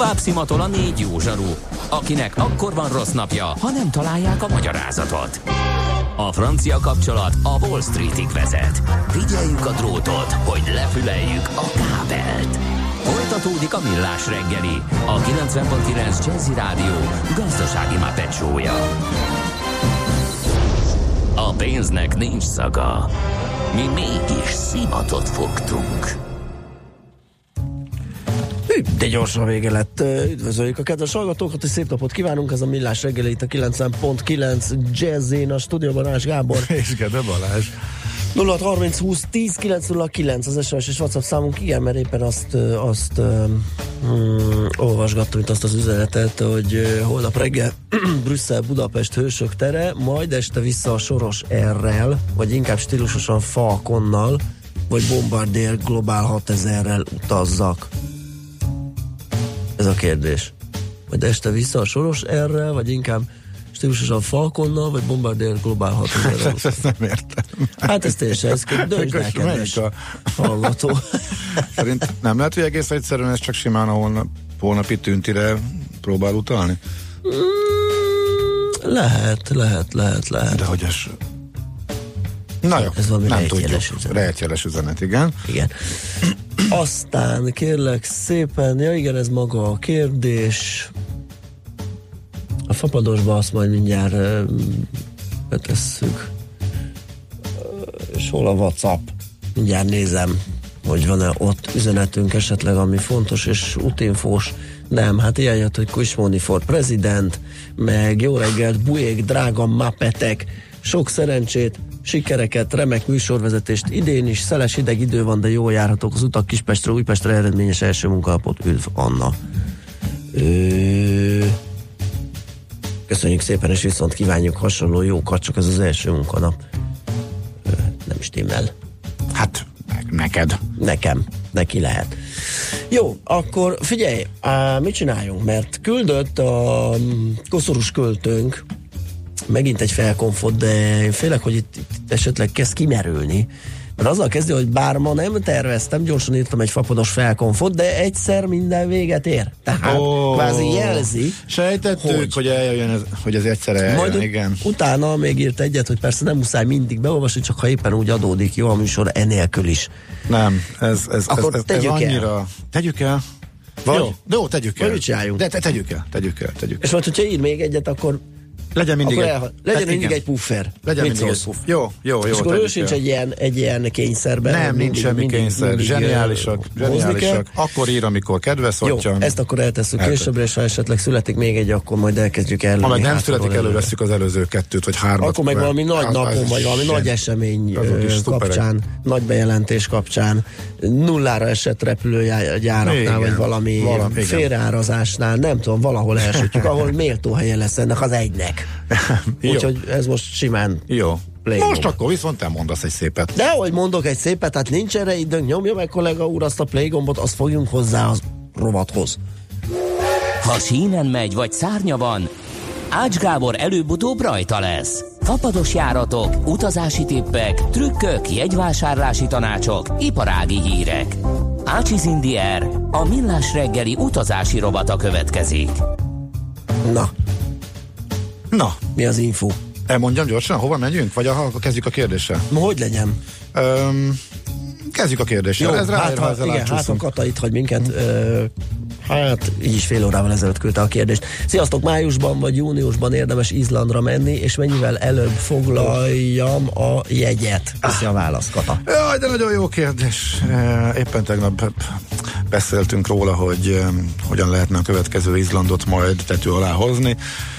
Tovább szimatol a 4 jó zsaru, akinek akkor van rossz napja, ha nem találják a magyarázatot. A francia kapcsolat a Wall Streetig vezet. Figyeljük a drótot, hogy lefüleljük a kábelt. Folytatódik a Millás reggeli, a 90.9 Jazzy Rádió gazdasági Muppet show-ja. A pénznek nincs szaga. Mi mégis szimatot fogtunk. De gyorsan vége lett. Üdvözöljük a kedves hallgatókat, és szép napot kívánunk. Ez a Millás reggeli itt a 90.9 Jazzin, a stúdióban Ács Gábor. És Gede Balázs. 0630 20 10 909 az SMS és WhatsApp számunk. Igen, mert éppen azt olvasgattam itt azt az üzenetet, hogy holnap reggel Brüsszel-Budapest Hősök tere, majd este vissza a Soros R-rel, vagy inkább stílusosan Falconnal, vagy Bombardier Global 6000-rel utazzak. Ez a kérdés. Majd este vissza a Soros R-rel, vagy inkább stílusosan Falconnal, vagy Bombardier Global 6000-rel. Ezt nem értem. Hát ezt teljesen, ezt döntsd el, kedves hallgató. Szerint nem lehet, hogy egész egyszerűen ez csak simán a holnapi tüntire próbál utalni? Lehet. De hogy ez... Na jó, ez valami nem tudjuk. Üzenet. Rejtjeles üzenet, igen. Igen. Aztán kérlek szépen, ja igen, ez maga a kérdés. A fapadosba azt majd mindjárt betesszük. És hol a WhatsApp? Mindjárt nézem, hogy van-e ott üzenetünk esetleg, ami fontos és útinfós. Nem, hát ilyen jött, hogy Kuismóni for President, meg jó reggelt, bujék, drága mappetek, sok szerencsét, sikereket, remek műsorvezetést idén is, szeles hideg idő van, de jól járhatók az utak Kispestre, Újpestre, eredményes első munkaalapot, üdv Anna. Köszönjük szépen, és viszont kívánjuk hasonló jókat, csak ez az első munkanap. Nem stimmel. Hát, neked. Nekem. Neki lehet. Jó, akkor figyelj, mit csináljunk? Mert küldött a koszorús költőnk megint egy felkonfot, de én félek, hogy itt esetleg kezd kimerülni. Mert azzal kezdő, hogy bár ma nem terveztem, gyorsan írtam egy fapados felkonfot, de egyszer minden véget ér. Tehát kvázi jelzi. Sejtettük, hogy eljöjjön, hogy ez egyszer eljön, majd igen. Utána még írt egyet, hogy persze nem muszáj mindig beolvasni, csak ha éppen úgy adódik jó a műsor enélkül is. Nem, ez annyira... Tegyük el. Vagy? Jó, tegyük el. Vagy mit csináljunk? De tegyük el. És majd, hogyha ír még egyet, akkor legyen mindig mindig egy puffer. Legyen mindig egy puffer. Jó. És akkor ő sincs egy ilyen kényszerben. Nem, nincs semmi kényszer. Zseniálisak. Akkor ír, amikor kedves szotjan. Jó, ezt akkor eltesszük későbbre, és ha esetleg születik még egy, akkor majd elkezdjük előni. Ha meg nem születik, elővesszük az előző 2 vagy 3. Akkor meg valami nagy napon, vagy valami nagy esemény kapcsán, nagy bejelentés kapcsán, nullára esett repülőjáratnál, vagy valami félreárazásnál, nem tudom, valahol elsütjük, ahol méltó helye lesz ennek az egynek. Úgyhogy ez most simán jó. Playgomb. Most akkor viszont te mondasz egy szépet. Dehogy mondok egy szépet, hát nincs erre időnk, nyomja meg kollega úr azt a playgombot, azt fogjunk hozzá az rovathoz. Ha sínen megy, vagy szárnya van, Ács Gábor előbb-utóbb rajta lesz. Fapados járatok, utazási tippek, trükkök, jegyvásárlási tanácsok, iparági hírek. Ácsiz in the Air, a Millás reggeli utazási rovata következik. Na, mi az info? Elmondjam gyorsan, hova megyünk? Vagy kezdjük a kérdéssel? Hogy legyen? Kezdjük a kérdéssel. Jó, hát a Kata itt hagy minket. Hát így is fél órával ezelőtt küldte a kérdést. Sziasztok, májusban vagy júniusban érdemes Izlandra menni, és mennyivel előbb foglaljam a jegyet? Köszi a válasz, Kata. Jaj, de nagyon jó kérdés. Éppen tegnap beszéltünk róla, hogy hogyan lehetne a következő Izlandot majd tető alá hozni.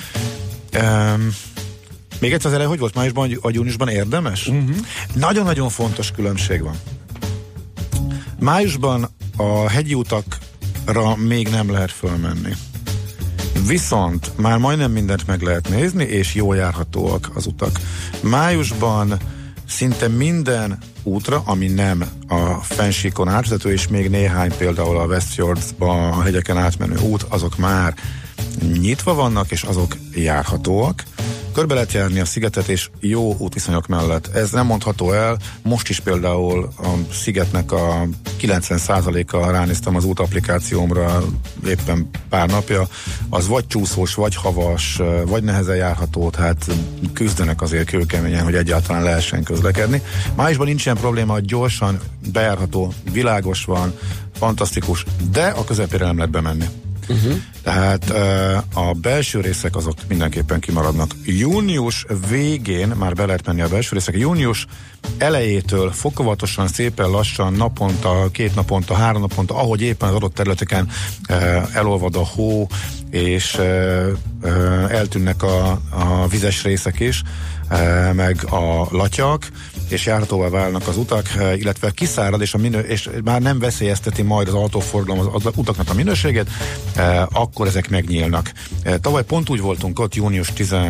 Még egyszer az elej, hogy volt májusban, vagy júniusban érdemes? Nagyon-nagyon fontos különbség van. Májusban a hegyi utakra még nem lehet fölmenni. Viszont már majdnem mindent meg lehet nézni, és jól járhatóak az utak. Májusban szinte minden útra, ami nem a fennsíkon átvezető, és még néhány például a Westfjordsba a hegyeken átmenő út, azok már nyitva vannak, és azok járhatóak. Körbe lehet járni a szigetet, és jó útviszonyok mellett. Ez nem mondható el. Most is például a szigetnek a 90%-a, ránéztem az útapplikációmra éppen pár napja, az vagy csúszós, vagy havas, vagy nehezen járható, tehát küzdenek azért kőkeményen, hogy egyáltalán lehessen közlekedni. Májusban nincs ilyen probléma, gyorsan bejárható, világos van, fantasztikus, de a közepére nem lehet bemenni. Tehát a belső részek azok mindenképpen kimaradnak. Június végén már be lehet menni a belső részek. Június elejétől fokozatosan, szépen lassan, naponta, 2 naponta, 3 naponta, ahogy éppen az adott területeken elolvad a hó, és eltűnnek a vizes részek is, meg a latyak, és járhatóvá válnak az utak, illetve kiszárad, és már nem veszélyezteti majd az autóforgalom az utaknak a minőségét, akkor ezek megnyílnak. Tavaly pont úgy voltunk ott, június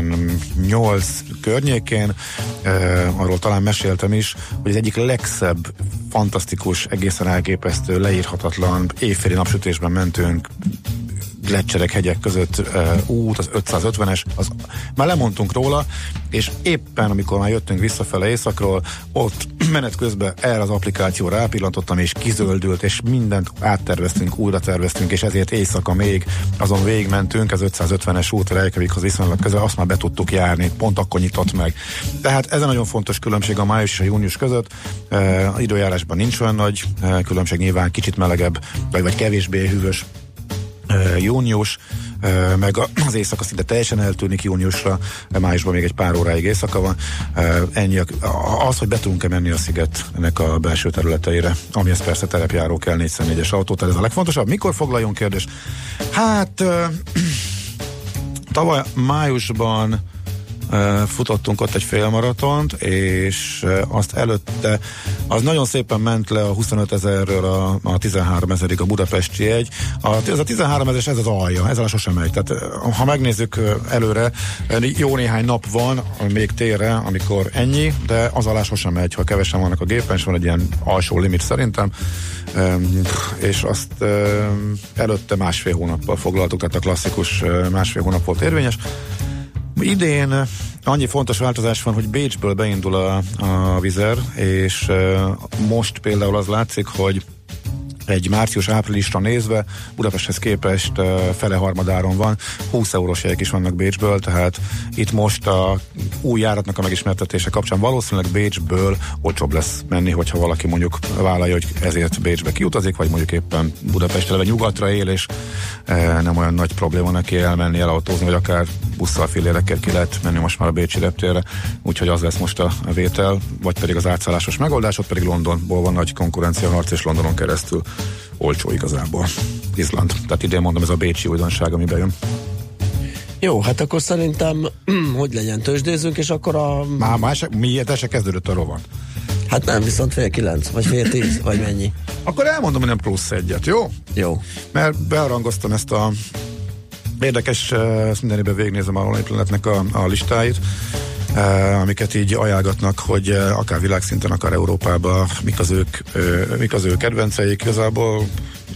18 környékén, arról talán meséltem is, hogy az egyik legszebb, fantasztikus, egészen elképesztő, leírhatatlan, éjféli napsütésben mentünk, lecserek, hegyek között út, az 550-es, már lemondtunk róla, és éppen amikor már jöttünk visszafele északról, ott menet közben erre az applikációra rápillantottam, és kizöldült, és mindent átterveztünk, újra terveztünk, és ezért éjszaka még azon végigmentünk, az 550-es út Reykjavikhoz viszonylag közel, azt már be tudtuk járni, pont akkor nyitott meg. Tehát ez a nagyon fontos különbség a május és a június között. Időjárásban nincs olyan nagy különbség, nyilván kicsit melegebb, vagy kevésbé hűvös június, meg az éjszaka szinte teljesen eltűnik júniusra, májusban még egy pár óráig éjszaka van. Ennyi az, hogy be tudunk-e menni a szigetnek a belső területeire, amihez persze terepjáró kell, 4x4-es autó, tehát ez a legfontosabb. Mikor foglaljunk kérdés? Hát tavaly májusban futottunk ott egy félmaratont, és azt előtte, az nagyon szépen ment le a 25 000-ről a 13 000-ig a budapesti jegy. Ez a 13 000-es, ez az alja, ez alá sosem megy. Tehát ha megnézzük előre, jó néhány nap van még térre, amikor ennyi, de az alá sosem megy, ha kevesen vannak a gépen, és van egy ilyen alsó limit szerintem, és azt előtte másfél hónappal foglaltuk, tehát a klasszikus másfél hónap volt érvényes. Idén annyi fontos változás van, hogy Bécsből beindul a Vizer, és most például az látszik, hogy egy március-áprilisra nézve Budapesthez képest fele harmadáron van, 20 eurós jegyek is vannak Bécsből, tehát itt most a új járatnak a megismertetése kapcsán valószínűleg Bécsből olcsóbb lesz menni, hogyha valaki mondjuk vállalja, hogy ezért Bécsbe kiutazik, vagy mondjuk éppen Budapestre vagy nyugatra él, és nem olyan nagy probléma neki elmenni, elautózni, vagy akár busszal, fillérekkel ki lehet menni most már a bécsi reptérre, úgyhogy az lesz most a vétel, vagy pedig az átszállásos megoldás, ott pedig Londonból van nagy konkurenciaharc, és Londonon keresztül olcsó igazából Izland. Tehát idén mondom, ez a bécsi újdonság, ami bejön. Jó, hát akkor szerintem hogy legyen, tőzsdézzünk, és akkor miért se kezdődött a rovat? Hát nem, viszont 8:30, vagy 9:10, vagy mennyi? Akkor elmondom, hogy nem plusz egyet, jó? Jó. Mert bearangoztam ezt a érdekes, mindenében végignézem a Online Planetnek a listáit, amiket így ajánlgatnak, hogy akár világszinten, akár Európában mik az ő kedvenceik. Igazából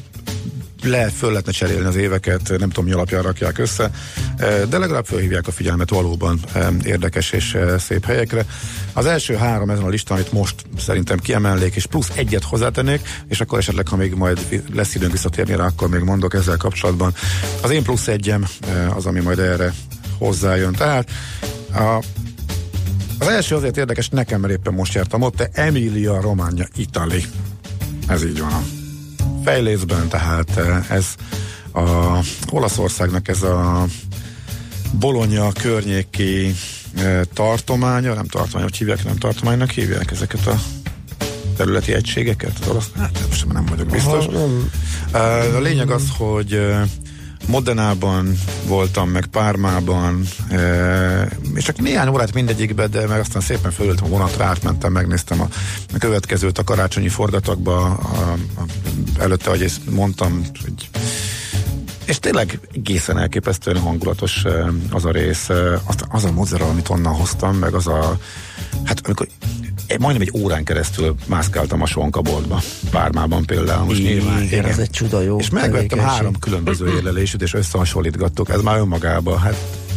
föl lehetne cserélni az éveket, nem tudom mi alapján rakják össze, de legalább felhívják a figyelmet valóban érdekes és szép helyekre. Az első 3 ezen a listán, amit most szerintem kiemelnék, és plusz egyet hozzátennék, és akkor esetleg, ha még majd lesz időnk visszatérni rá, akkor még mondok ezzel kapcsolatban. Az én plusz egyem az, ami majd erre hozzájön. Tehát az első azért érdekes nekem, mert éppen most jártam ott, de Emilia Romagna, Italy. Ez így van. Fejlészben, tehát ez Olaszországnak ez a Bologna környéki tartománya, nem tartomány, hogy hívják, nem tartománynak hívják ezeket a területi egységeket? Hát most nem vagyok biztos. A lényeg az, hogy Modenában voltam, meg Pármában, és csak néhány órát mindegyikbe, de meg aztán szépen fölültem a vonatra, átmentem, megnéztem a következőt a karácsonyi forgatagba, előtte, ahogy ezt mondtam, hogy és tényleg egészen elképesztően hangulatos az a rész, az a mozzarella, amit onnan hoztam, meg az a, hát amikor majdnem egy órán keresztül mászkáltam a sonkaboltba, Pármában például. Most nyilván, igen, ez egy csuda jó. És megvettem 3 különböző érlelésűt, és összehasonlítgattuk, ez már önmagában, hát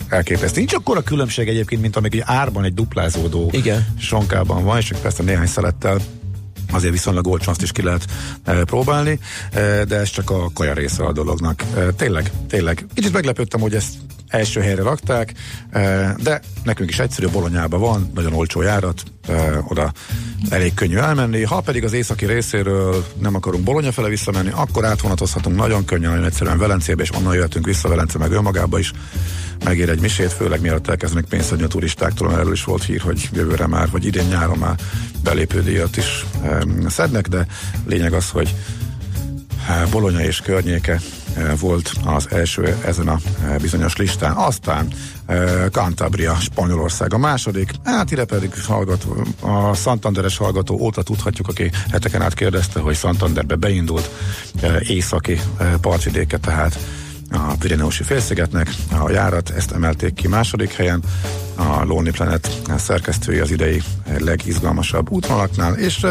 elképesztő. Nincs akkora különbség egyébként, mint amíg árban egy duplázódó sonkában van, és persze néhány szelettel azért viszonylag olcsón azt is ki lehet próbálni, de ez csak a kaja része a dolognak. Tényleg. Kicsit meglepődtem, hogy ezt első helyre rakták, de nekünk is egyszerű, Bolonyában van, nagyon olcsó járat, oda elég könnyű elmenni. Ha pedig az északi részéről nem akarunk Bologna fele visszamenni, akkor átvonatozhatunk nagyon könnyen, nagyon egyszerűen Velencébe, és onnan jöhetünk vissza. Velence meg önmagába is megér egy misét, főleg mielőtt elkezdenek pénzt szedni a turistáktól, mert erről is volt hír, hogy jövőre már, vagy idén nyáron már belépődíjat is szednek, de lényeg az, hogy Bologna és környéke volt az első ezen a bizonyos listán. Aztán Cantabria, Spanyolország a második. Hát ide pedig a Santanderes hallgató óta tudhatjuk, aki heteken át kérdezte, hogy Santanderbe beindult északi partvidéke, tehát a Pireneusi félszigetnek a járat, ezt emelték ki második helyen. A Lonely Planet szerkesztői az idei legizgalmasabb útvonalaknál, és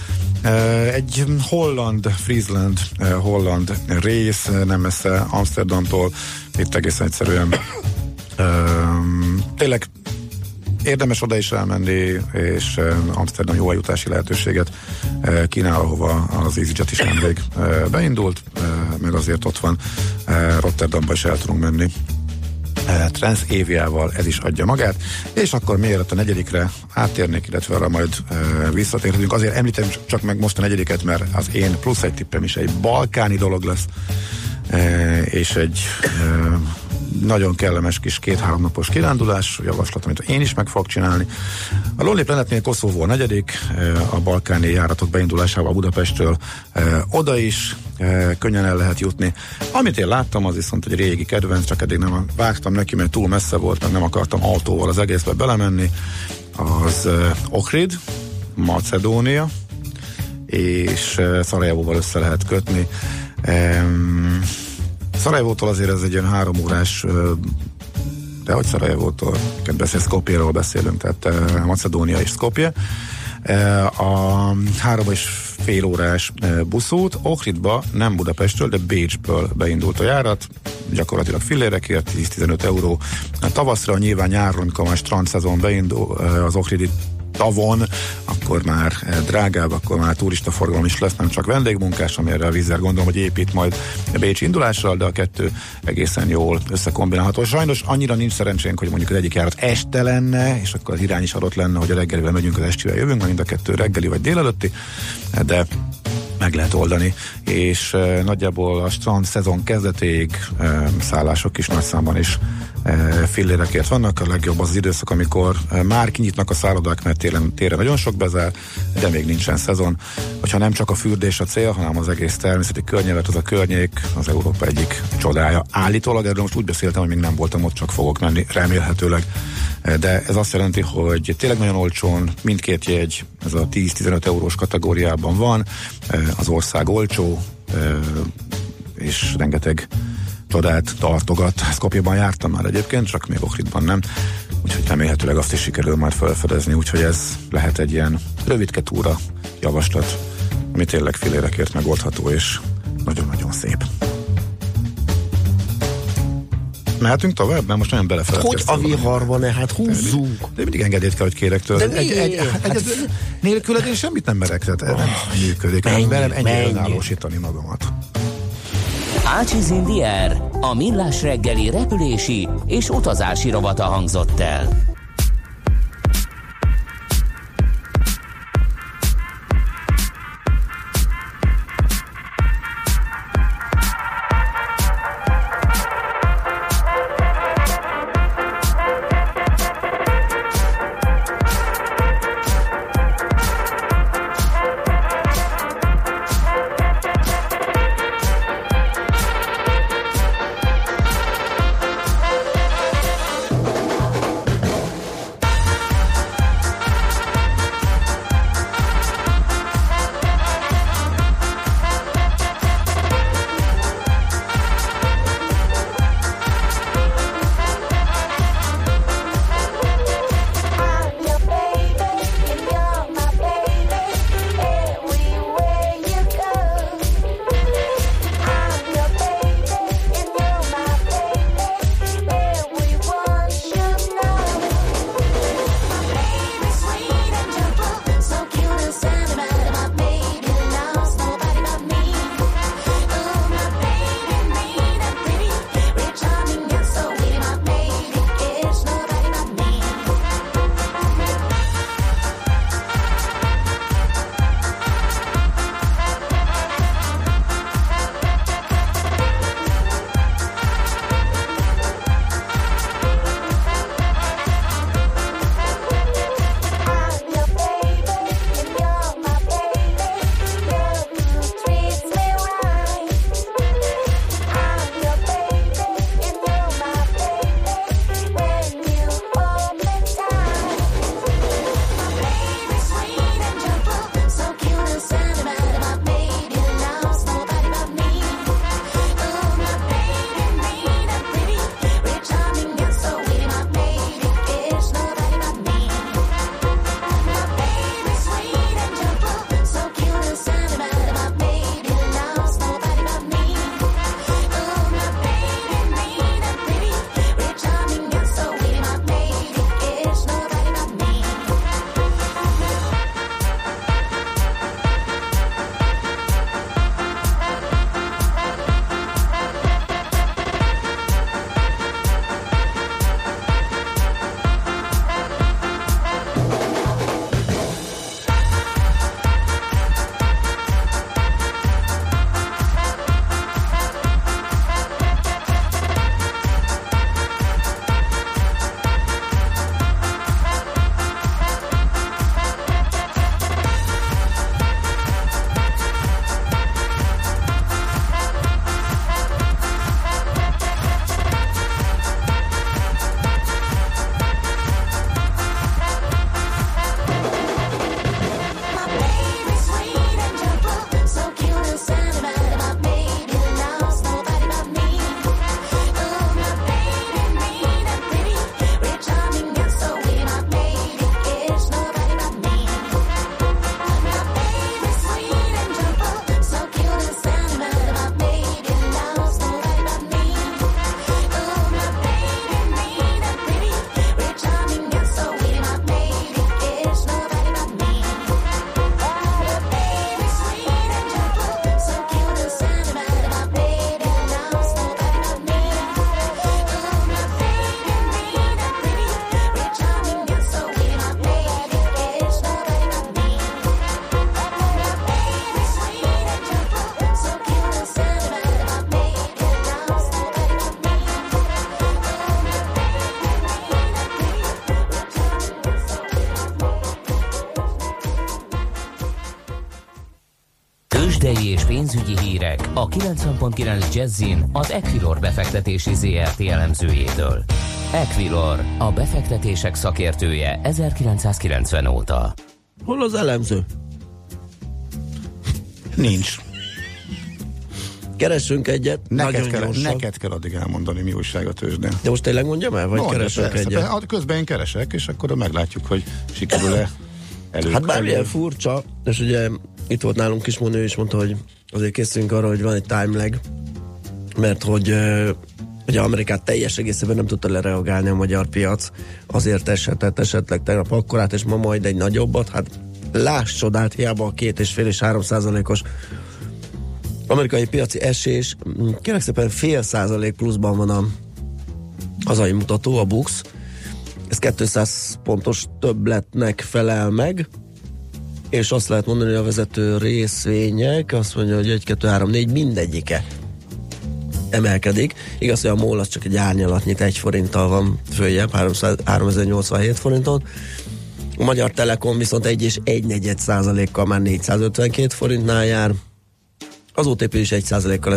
egy Friesland holland rész, nem messze Amsterdamtól, itt egészen egyszerűen tényleg érdemes oda is elmenni, és Amsterdam jó eljutási lehetőséget kínál, ahova az EasyJet is nemrég beindult, meg azért ott van Rotterdamba is el tudunk menni Transaviával, ez is adja magát, és akkor mielőtt a negyedikre áttérnék, illetve arra majd visszatérhetünk. Azért említem csak meg most a negyediket, mert az én plusz egy tippem is egy balkáni dolog lesz, és egy nagyon kellemes kis 2-3 napos kirándulás, javaslat, amit én is meg fogok csinálni. A Lonely Planetnél Koszovó a negyedik, a balkáni járatok beindulásával Budapestről oda is könnyen el lehet jutni. Amit én láttam, az viszont egy régi kedvenc, csak eddig nem vágtam neki, mert túl messze volt, meg nem akartam autóval az egészbe belemenni. Az Ohrid, Macedónia, és Szarajevóval össze lehet kötni. Szarajevótól azért ez egy ilyen 3 órás, de hogy Szarajevótól, Skopje-ról beszélünk, tehát Macedónia és Skopje. A 3,5 órás buszút Ohridba nem Budapestről, de Bécsből beindult a járat, gyakorlatilag fillérekért, 10-15 euró. Tavaszra, nyilván nyáron, amikor már strandszezon beindul az ohridi tavon, akkor már drágább, akkor már turistaforgalom is lesz, nem csak vendégmunkás, amire a Wizz gondolom, hogy épít majd a bécsi indulással, de a kettő egészen jól összekombinálható. Sajnos annyira nincs szerencsénk, hogy mondjuk az egyik járat este lenne, és akkor az irány is adott lenne, hogy a reggelivel megyünk, az estivel jövünk, mind a kettő reggeli vagy délelőtti, de meg lehet oldani, és nagyjából a strand szezon kezdetéig szállások is nagy számban is fillérekért vannak. A legjobb az időszak, amikor már kinyitnak a szállodák, mert télen nagyon sok bezár, de még nincsen szezon. Hogyha nem csak a fürdés a cél, hanem az egész természeti környezet, az a környék, az Európa egyik csodája. Állítólag erről most úgy beszéltem, hogy még nem voltam ott, csak fogok menni, remélhetőleg. De ez azt jelenti, hogy tényleg nagyon olcsón mindkét jegy, ez a 10-15 eurós kategóriában van, az ország olcsó, és rengeteg csodát tartogat. Skopjeban jártam már egyébként, csak még Ohridban nem, úgyhogy remélhetőleg azt is sikerül már felfedezni, úgyhogy ez lehet egy ilyen rövidke túra javaslat, ami tényleg fillérekért megoldható, és nagyon-nagyon szép. Mehetünk tovább? Mert most nagyon belefeledkeztem. Hogy a viharban-e? Hát húzzunk. De mindig engedélyt kell, hogy kérek tőle. Nélküled én semmit nem merek, tehát nem működik. Merem ennyire önállósítani magamat. Ácsiz in the Air, a millás reggeli repülési és utazási rovata hangzott el. pénzügyi hírek a 90.9 Jazzin az Equilor befektetési ZRT elemzőjétől. Equilor, a befektetések szakértője 1990 óta. Hol az elemző? Nincs. Keressünk egyet. Neked kell addig elmondani, mi újság a tőzsdén. De most tényleg mondjam el, vagy keresünk egyet? Közben én keresek, és akkor meglátjuk, hogy sikerül-e Hát bármilyen furcsa, és ugye itt volt nálunk Kismóni, ő is mondta, hogy azért készülünk arra, hogy van egy time lag, mert hogy ugye Amerikát teljes egészében nem tudta lereagálni a magyar piac, azért eshetett esetleg tegnap akkorát, és ma majd egy nagyobbat, hát láss csodát, hiába a 2,5 és 3%-os amerikai piaci esés, kérlek szépen 0,5% pluszban van a hazai mutató, a BUX, ez 200 pontos többletnek felel meg, és azt lehet mondani, hogy a vezető részvények, azt mondja, hogy 1, 2, 3, 4 mindegyike emelkedik. Igaz, hogy a MOL az csak egy árnyalatnyit, 1 forinttal van följebb, 3087 forinton. A Magyar Telekom viszont 1,1%-kal már 452 forintnál jár. Az OTP is 1%-kal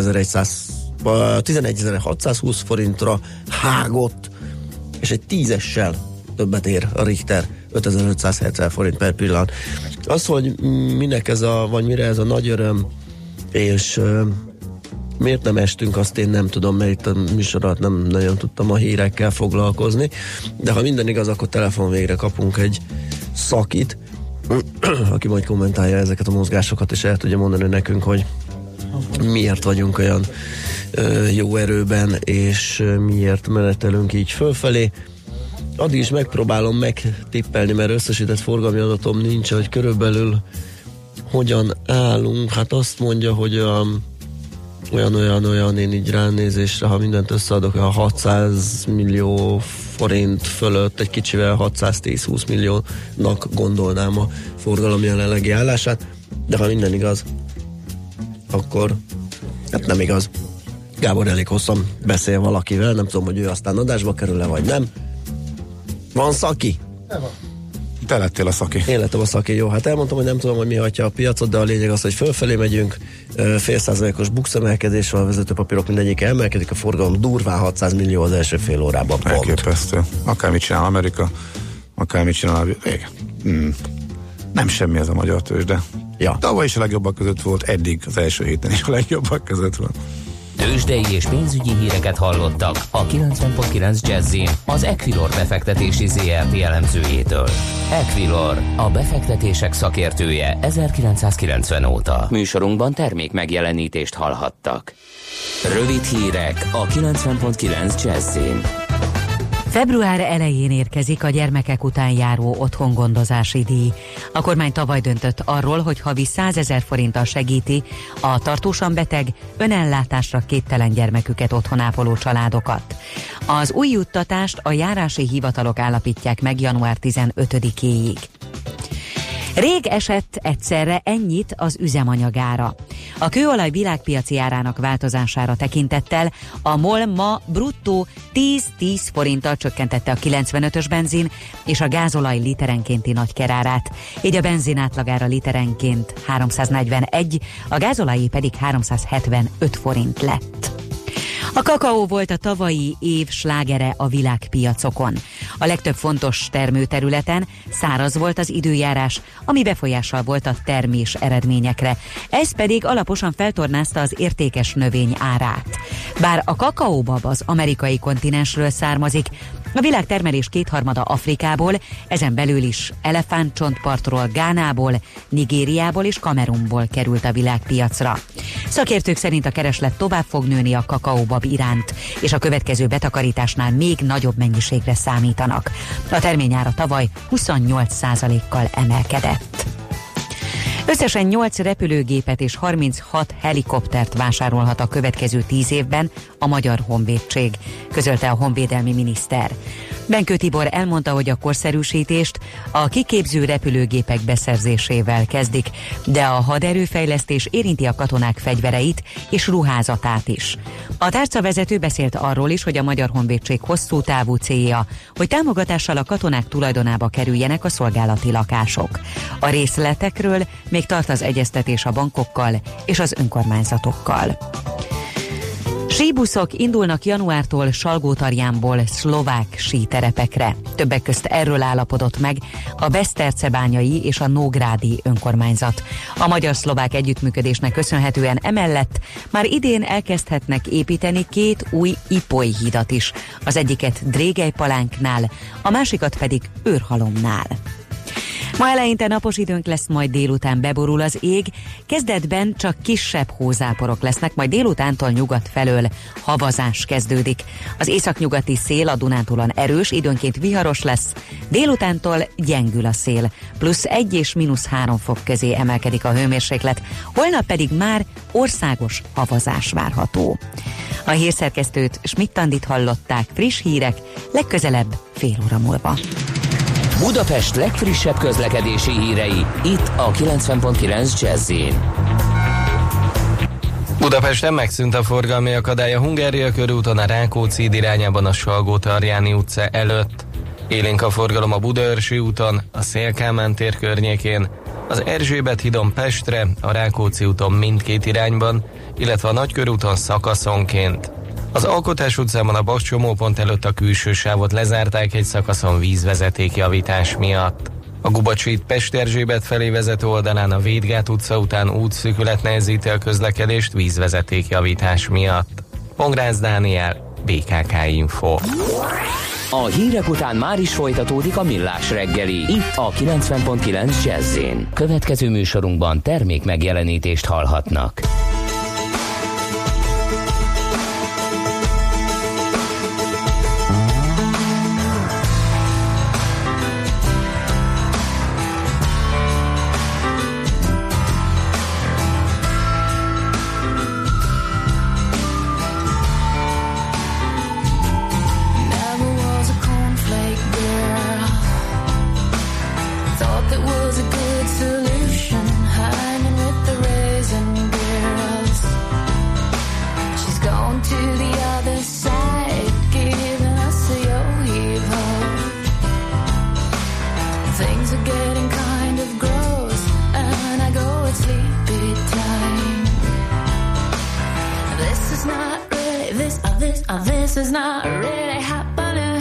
11.620 forintra hágott, és egy 10-essel többet ér a Richter, 5570 forint per pillanat. Az, hogy minek ez vagy mire ez a nagy öröm, és miért nem estünk, azt én nem tudom, mert itt a műsor alatt nem nagyon tudtam a hírekkel foglalkozni, de ha minden igaz, akkor telefon végre kapunk egy szakit, aki majd kommentálja ezeket a mozgásokat, és el tudja mondani nekünk, hogy miért vagyunk olyan jó erőben, és miért menetelünk így fölfelé. Addig is megpróbálom megtippelni, mert összesített forgalmi adatom nincs, hogy körülbelül hogyan állunk. Hát azt mondja, hogy olyan, én így ránézésre, ha mindent összeadok, a 600 millió forint fölött, egy kicsivel 610-20 milliónak gondolnám a forgalom jelenlegi állását, de ha minden igaz, akkor hát nem igaz. Gábor elég hosszan beszél valakivel, nem tudom, hogy ő aztán adásba kerül-e, vagy nem. Van szaki? Nem van. Te lettél a szaki. Én lettem a szaki, jó. Hát elmondtam, hogy nem tudom, hogy mi hagyja a piacot, de a lényeg az, hogy fölfelé megyünk, 0,5%-os BUX emelkedés van, a vezetőpapírok mindegyik emelkedik, a forgalom durván 600 millió az első fél órában. Elképesztő. Akármit csinál Amerika, akármit csinál nem semmi ez a magyar tőzsde. Ja. Tavaly is a legjobbak között volt, eddig az első héten is a legjobbak között van. Tőzsdei és pénzügyi híreket hallottak a 90.9 Jazzin az Equilor befektetési ZRT elemzőjétől. Equilor, a befektetések szakértője 1990 óta. Műsorunkban termék megjelenítést hallhattak. Rövid hírek a 90.9 Jazzin. Február elején érkezik a gyermekek után járó otthongondozási díj. A kormány tavaly döntött arról, hogy havi 100 000 forinttal segíti a tartósan beteg, önellátásra képtelen gyermeküket otthon ápoló családokat. Az új juttatást a járási hivatalok állapítják meg január 15-éig. Rég esett egyszerre ennyit az üzemanyagára. A kőolaj világpiaci árának változására tekintettel a MOL ma bruttó 10-10 forinttal csökkentette a 95-ös benzin és a gázolaj literenkénti nagykerárát. Így a benzin átlagára literenként 341, a gázolajé pedig 375 forint lett. A kakaó volt a tavalyi év slágere a világpiacokon. A legtöbb fontos termőterületen száraz volt az időjárás, ami befolyással volt a termés eredményekre. Ez pedig alaposan feltornázta az értékes növény árát. Bár a kakaóbab az amerikai kontinensről származik, a világ termelés 2/3 Afrikából, ezen belül is elefántcsontpartról, Gánából, Nigériából és Kamerunból került a világpiacra. Szakértők szerint a kereslet tovább fog nőni a kakaóbab iránt, és a következő betakarításnál még nagyobb mennyiségre számítanak. A terményára tavaly 28%-kal emelkedett. Összesen 8 repülőgépet és 36 helikoptert vásárolhat a következő 10 évben a Magyar Honvédség, közölte a honvédelmi miniszter. Benkő Tibor elmondta, hogy a korszerűsítést a kiképző repülőgépek beszerzésével kezdik, de a haderőfejlesztés érinti a katonák fegyvereit és ruházatát is. A tárcavezető beszélt arról is, hogy a Magyar Honvédség hosszú távú célja, hogy támogatással a katonák tulajdonába kerüljenek a szolgálati lakások. A részletekről még tart az egyeztetés a bankokkal és az önkormányzatokkal. Síbuszok indulnak januártól Salgótarjánból szlovák síterepekre. Többek közt erről állapodott meg a Besztercebányai és a Nógrádi önkormányzat. A magyar-szlovák együttműködésnek köszönhetően emellett már idén elkezdhetnek építeni 2 új ipoly hídat is. Az egyiket Drégelypalánknál, a másikat pedig Őrhalomnál. Ma eleinte napos időnk lesz, majd délután beborul az ég, kezdetben csak kisebb hózáporok lesznek, majd délutántól nyugat felől havazás kezdődik. Az északnyugati szél a Dunántúlon erős, időnként viharos lesz, délutántól gyengül a szél, plusz 1 és -3 fok közé emelkedik a hőmérséklet, holnap pedig már országos havazás várható. A hírszerkesztőt, Schmidt-Andit hallották, friss hírek legközelebb fél óra múlva. Budapest legfrissebb közlekedési hírei, itt a 90.9 Jazz-in. Budapesten megszűnt a forgalmi akadály a Hungária körúton a Rákóczi híd irányában a Salgó-Tarjáni utca előtt. Élénk a forgalom a Budaörsi úton, a Széll-Kálmán tér környékén, az Erzsébet hídon Pestre, a Rákóczi úton mindkét irányban, illetve a Nagykörúton szakaszonként. Az Alkotás utcában a Baks csomópont előtt a külső sávot lezárták egy szakaszon vízvezetékjavítás miatt. A Gubacsi híd Pest-Erzsébet felé vezető oldalán a Védgát utca után útszűkület nehezíti a közlekedést vízvezetékjavítás miatt. Pongrácz Dániel, BKK Info. A hírek után már is folytatódik a Millás reggeli, itt a 90.9 Jazz-in. Következő műsorunkban termék megjelenítést hallhatnak. This is not really happening.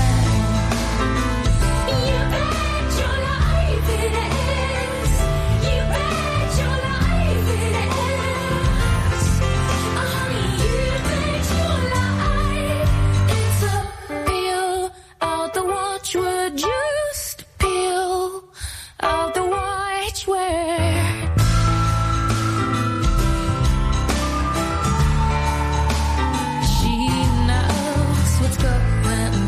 You bet your life it is. You bet your life it is. Honey, you bet your life it's a peel out the watchword, just peel out the watchword. Going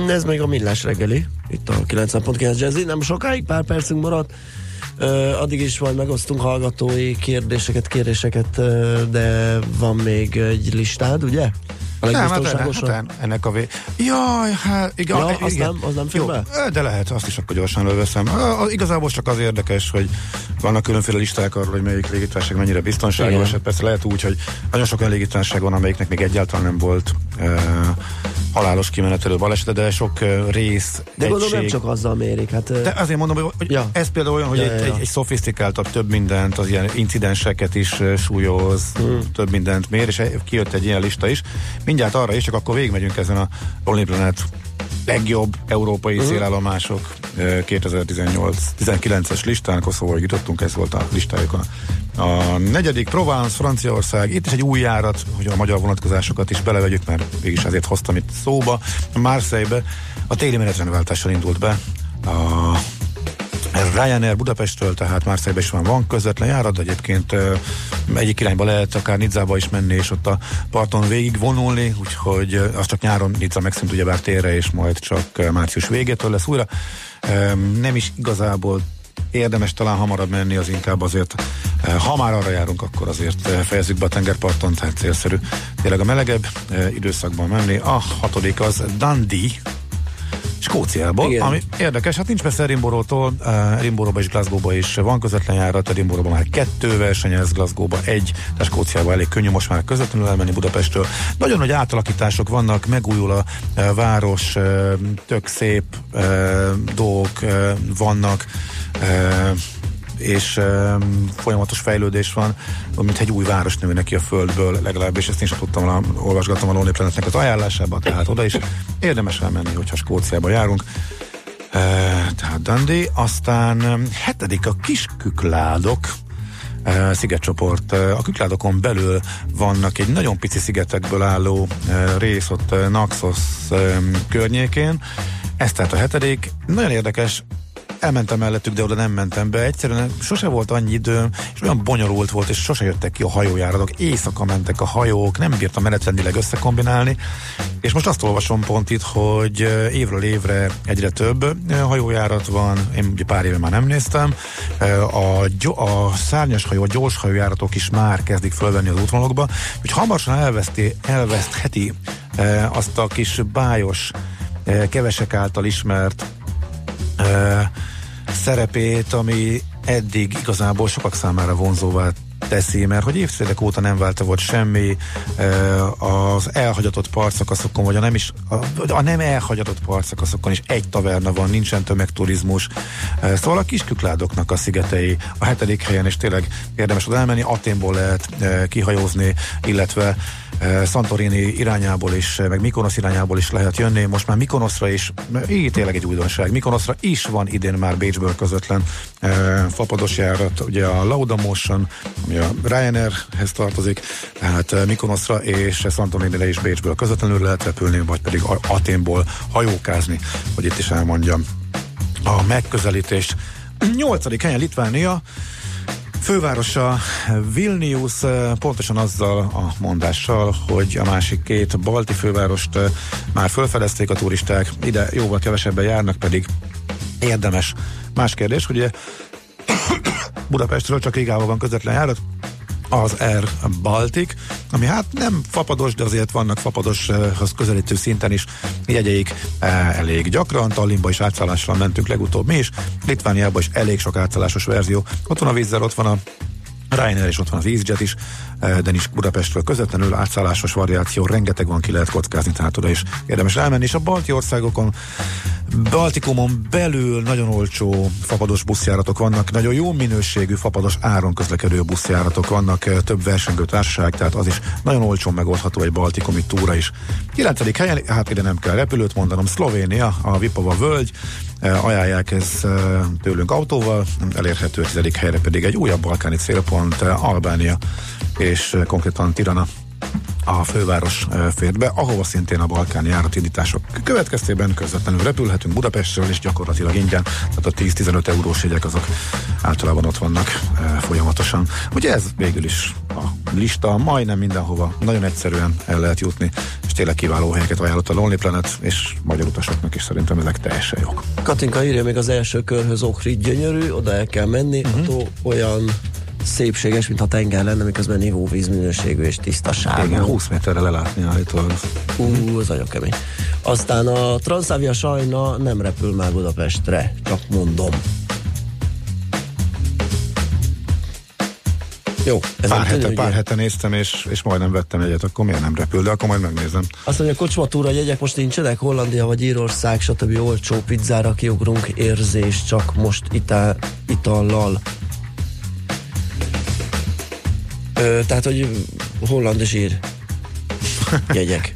Ez még a Millás reggeli, itt a 90.9 Jazzy, nem sokáig, pár percünk maradt. Addig is majd megosztunk hallgatói kérdéseket, kéréseket, de van még egy listád, ugye? Nem, ennek a Jaj, hát igen. Ja, igen. Az nem függ be? De lehet, azt is akkor gyorsan előveszem. Igazából csak az érdekes, hogy vannak különféle listák arról, hogy melyik légitársaság mennyire biztonságos. Persze lehet úgy, hogy nagyon sok olyan légitársaság van, amelyiknek még egyáltalán nem volt halálos kimenetelő balesete, de sok rész. De gondolom nem csak azzal mérik. Hát, de azért mondom, hogy ez például olyan, hogy egy szofisztikáltabb több mindent, az ilyen incidenseket is súlyoz, több mindent mér, és kijött egy ilyen lista is. Mindjárt arra is, csak akkor végigmegyünk ezen a Lonely Planet legjobb európai szélállomások 2018-19-es listán, Koszovóig jutottunk, ez volt a listájuk. A negyedik Provence, Franciaország, itt is egy új járat, hogy a magyar vonatkozásokat is belevegyük, mert mégis ezért hoztam itt szóba. Marseille-be a téli menetrendváltással indult be a Ryanair Budapesttől, tehát Marseille-be is van közvetlen járat, de egyébként egyik irányba lehet akár Nizzába is menni, és ott a parton végig vonulni, úgyhogy az csak nyáron Nizza megszűnt ugyebár térre, és majd csak március végétől lesz újra. Nem is igazából érdemes talán hamarabb menni, az inkább azért, ha már arra járunk, akkor azért fejezzük be a tengerparton, tehát célszerű tényleg a melegebb időszakban menni. A hatodik az Dundee, Skóciából, ami érdekes, hát nincs messze Edinburgh-tól, Edinburghba és Glasgowba is van közvetlen járat, Edinburghba már 2 versenyez, Glasgowba 1, de Skóciába elég könnyű most már közvetlenül elmenni Budapesttől. Nagyon nagy átalakítások vannak, megújul a város, tök szép dolgok vannak, és folyamatos fejlődés van, mint egy új város nő neki a földből, legalábbis ezt én sem tudtam, olvasgattam a Lonely Planetnek az ajánlásába, tehát oda is érdemes elmenni, hogyha Skóciába járunk. Tehát Dundee, aztán 7. a Kis-Kükládok szigetcsoport. A Kükládokon belül vannak egy nagyon pici szigetekből álló rész ott Naxos környékén. Ez tehát a 7. Nagyon érdekes, elmentem mellettük, de oda nem mentem be. Egyszerűen sose volt annyi időm, és olyan bonyolult volt, és sose jöttek ki a hajójáratok. Éjszaka mentek a hajók, nem bírtam menetrendileg összekombinálni, és most azt olvasom pont itt, hogy évről évre egyre több hajójárat van. Én ugye pár éve már nem néztem. A szárnyas hajó, a gyors hajójáratok is már kezdik fölvenni az útvonalokba, hogy hamarosan elvesztheti azt a kis bájos, kevesek által ismert szerepét, ami eddig igazából sokak számára vonzóvá teszi, mert hogy évtizedek óta nem volt semmi, az elhagyatott partszakaszokon, vagy a nem elhagyatott partszakaszokon is egy taverna van, nincsen tömegturizmus. Szóval a Kis-Kükládoknak a szigetei a 7. helyen, és tényleg érdemes oda elmenni, Athénból lehet kihajózni, illetve Santorini irányából is, meg Mykonosz irányából is lehet jönni. Most már Mykonoszra is, így tényleg egy újdonság, Mykonoszra is van idén már Bécsből közvetlen fapados járat, ugye a Laudamotion, ami a Ryanairhez tartozik, tehát Mykonoszra és Santorinire is Bécsből közvetlenül lehet repülni, vagy pedig Athénból hajókázni, hogy itt is elmondjam a megközelítést. 8. helyen Litvánia, fővárosa Vilnius, pontosan azzal a mondással, hogy a másik 2 balti fővárost már felfedezték a turisták, ide jóval kevesebben járnak, pedig érdemes. Más kérdés, hogy Budapestről csak Rigával van közvetlen járat, az Air Baltic, ami hát nem fapados, de azért vannak fapadoshoz közelítő szinten is jegyeik elég gyakran. Tallinnba is átszállással mentünk legutóbb mi is, Litvániában is elég sok átszállásos verzió. Ott van a Wizz, ott van a Ryanair, és ott van az EasyJet is, de is Budapestről közvetlenül átszállásos variáció, rengeteg van, ki lehet kockázni, tehát oda is érdemes elmenni, és a balti országokon, Baltikumon belül nagyon olcsó fapados buszjáratok vannak, nagyon jó minőségű fapados áron közlekedő buszjáratok vannak, több versengő társaság, tehát az is nagyon olcsón megoldható egy baltikumi túra is. 9. helyen, hát ide nem kell repülőt mondanom, Szlovénia, a Vipava völgy, ajánlják ez tőlünk autóval, elérhető 10. helyre pedig egy újabb balkáni célpont, Albánia, és konkrétan Tirana, a főváros fér be, ahova szintén a balkáni járatindítások következtében közvetlenül repülhetünk Budapestről, és gyakorlatilag ingyen, tehát a 10-15 eurós jegyek azok általában ott vannak folyamatosan. Ugye ez végül is a lista, majdnem mindenhova nagyon egyszerűen el lehet jutni, és tényleg kiváló helyeket ajánlott a Lonely Planet, és magyar utasoknak is szerintem ezek teljesen jók. Katinka írja, még az első körhöz Ohrid gyönyörű, oda el kell menni, a tó olyan szépséges, mintha tenger lenne, miközben ivóvíz minőségű és tisztaságú. Igen, 20 méterre lelátni állítólag. Az nagyon kemény. Aztán a Transavia Sajna nem repül már Budapestre, csak mondom. Jó, Pár hete néztem, és majdnem vettem egyet, akkor miért nem repül, de akkor majd megnézem. Azt mondja, kocsmatúra jegyek most nincsenek, Hollandia vagy Írország, stb. Olcsó pizzára kiugrunk, érzés, csak most itallal. Tehát, hogy holland és ír jegyek.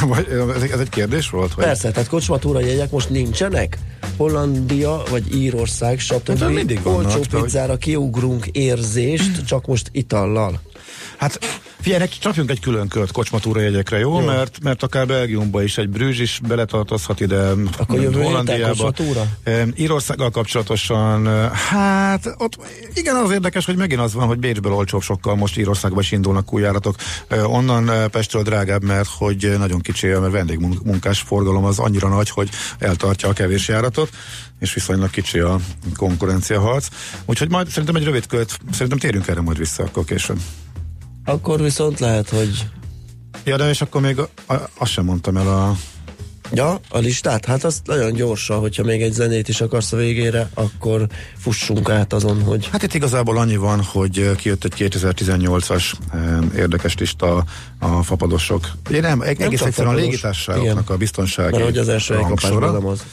Ez egy kérdés volt? Vagy? Persze, tehát kocsmatúra jegyek most nincsenek? Hollandia vagy Írország, stb. Olcsó pizzára kiugrunk, érzést, csak most itallal. Hát figyelj, csapjunk egy külön kört kocsmatúra jegyekre, jó? Mert akár Belgiumba is egy Brüzs is beletartozhat ide. Akkor jövő héten kocsmatúra? Írországgal kapcsolatosan, hát ott igen, az érdekes, hogy megint az van, hogy Bécsből olcsóbb sokkal, most Írországba is indulnak új járatok. Onnan Pestről drágább, mert hogy nagyon kicsi, mert vendégmunkás forgalom az annyira nagy, hogy eltartja a kevés járatot, és viszonylag kicsi a konkurenciaharc. Úgyhogy majd szerintem egy rövid költ, szerintem térjünk erre majd vissza akkor később. Akkor viszont lehet, hogy... Ja, de és akkor még azt sem mondtam el a... Ja, a listát? Hát azt nagyon gyorsan, hogyha még egy zenét is akarsz a végére, akkor fussunk át azon, hogy... Hát itt igazából annyi van, hogy kijött egy 2018-as érdekes lista a fapadosok. Ugye nem egész egyszerűen a légitársaságoknak a biztonsági mert hogy az első elkapásban nem az.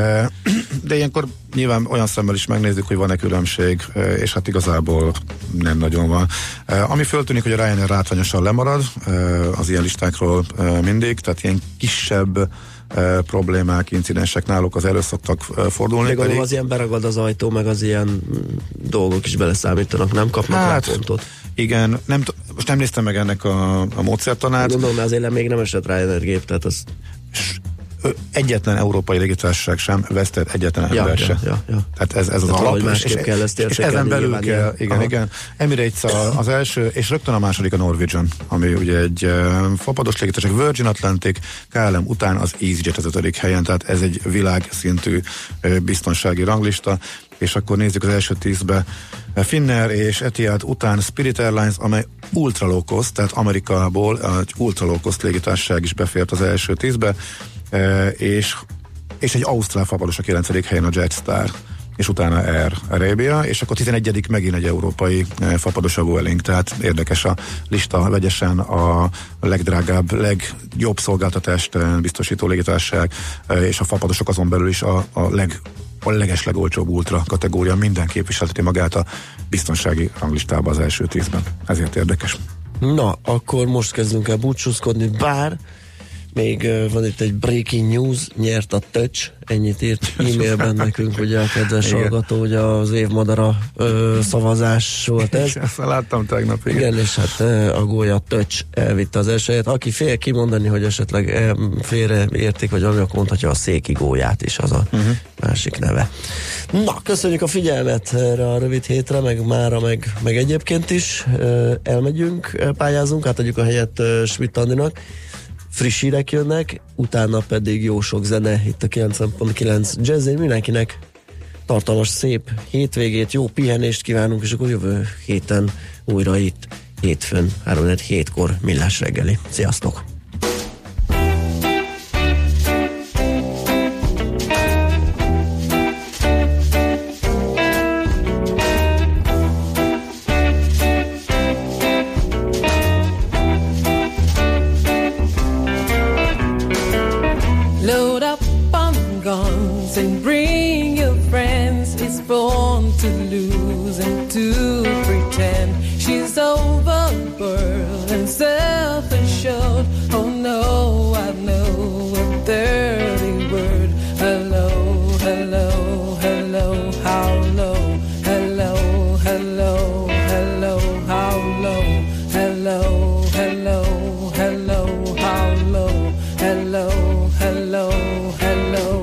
De ilyenkor nyilván olyan szemmel is megnézzük, hogy van-e különbség, és hát igazából nem nagyon van. Ami föltűnik, hogy a Ryanair látványosan lemarad az ilyen listákról mindig, tehát ilyen kisebb problémák, incidensek náluk az elő szoktak fordulni. Még az ilyen beragad az ajtó, meg az ilyen dolgok is beleszámítanak, nem kapnak rá pontot. Igen, most nem néztem meg ennek a módszertanát. Gondolom, mert azért még nem esett Ryanair gép, tehát az... Egyetlen európai légitársaság sem vesztett egyetlen ember se. Tehát ez az alap. Másképp kell ezt és ezen belül kell, igen. Emirates az első, és rögtön a második a Norwegian, ami ugye egy fapados légitársaság, Virgin Atlantic, KLM után az EasyJet az 5. helyen, tehát ez egy világszintű biztonsági ranglista, és akkor nézzük az első 10-be. Finnair és Etihad után Spirit Airlines, amely ultra low cost, tehát Amerikából egy ultra low cost légitársaság is befért az első 10-be, és egy ausztrál fapados a 9. helyen a Jetstar, és utána Air Arabia, és akkor 11. megint egy európai fapados a Vueling, tehát érdekes a lista, vegyesen a legdrágább, legjobb szolgáltatást biztosító légitársaság, és a fapadosok azon belül is a legeslegolcsóbb ultra kategória, minden képviselteti magát a biztonsági ranglistába az első 10-ben. Ezért érdekes. Na, akkor most kezdünk el búcsúzkodni, bár még van itt egy breaking news, nyert a Touch, ennyit írt e-mailben nekünk, ugye a kedves hallgató, ugye az évmadara szavazás volt ez. Ezt láttam tegnap. Igen, és hát a gólya Touch elvitte az elsőjét. Aki fél kimondani, hogy esetleg félre értik, vagy valami, akkor mondhatja a széki gólyát is, az a másik neve. Na, köszönjük a figyelmet erre a rövid hétre, meg mára, meg egyébként is. Elmegyünk, pályázunk, átadjuk a helyet Schmidt Andinak. Friss hírek jönnek, utána pedig jó sok zene itt a 90.9 Jazzén. Mindenkinek tartalmas, szép hétvégét, jó pihenést kívánunk, és akkor jövő héten újra itt, hétfőn, 3-7-kor Millás reggeli. Sziasztok!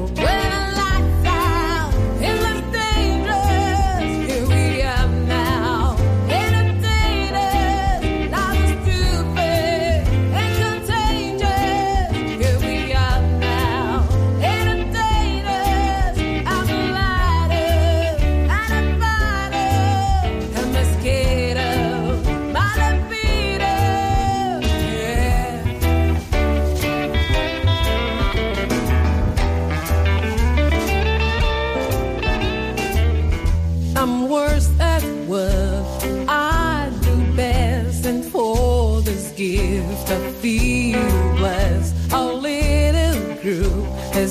When I lights out, it looks dangerous. Here we are now.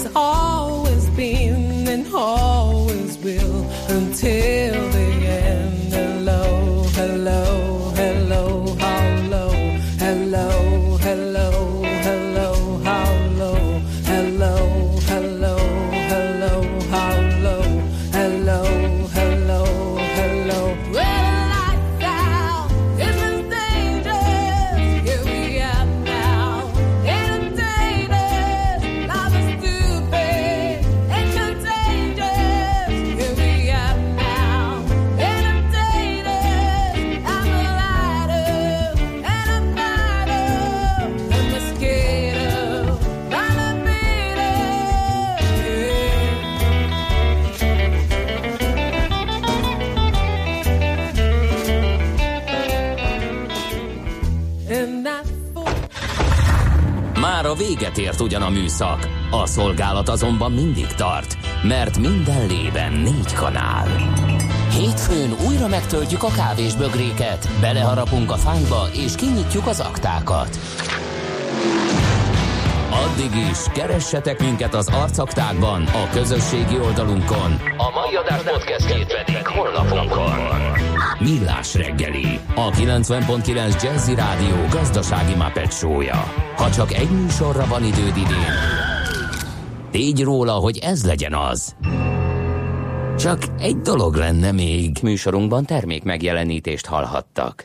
has always been and always will until the end. Hello, hello, hello, how low, hello, hello, hello, how low, hello, hello, hello, how low, hello, hello, hello. Well, lights out, it's dangerous. Here we are now, entertainers. Love is stupid and contagious. Here we are now, entertainers. I'm a lighter and a nighter, a mosquito, not a beater. And that's for Már a véget ért ugyan a műszak, a szolgálat azonban mindig tart, mert minden lében 4 kanál. Hétfőn újra megtöltjük a kávésbögréket, beleharapunk a fányba és kinyitjuk az aktákat. Addig is keressetek minket az arcaktákban, a közösségi oldalunkon. A mai adás podcastjét pedig honlapunkon. Millás reggeli, a 90.9 Jazzy Rádió gazdasági Muppet show-ja. Ha csak egy műsorra van időd idén, tégy róla, hogy ez legyen az. Csak egy dolog lenne még. Műsorunkban termék megjelenítést hallhattak.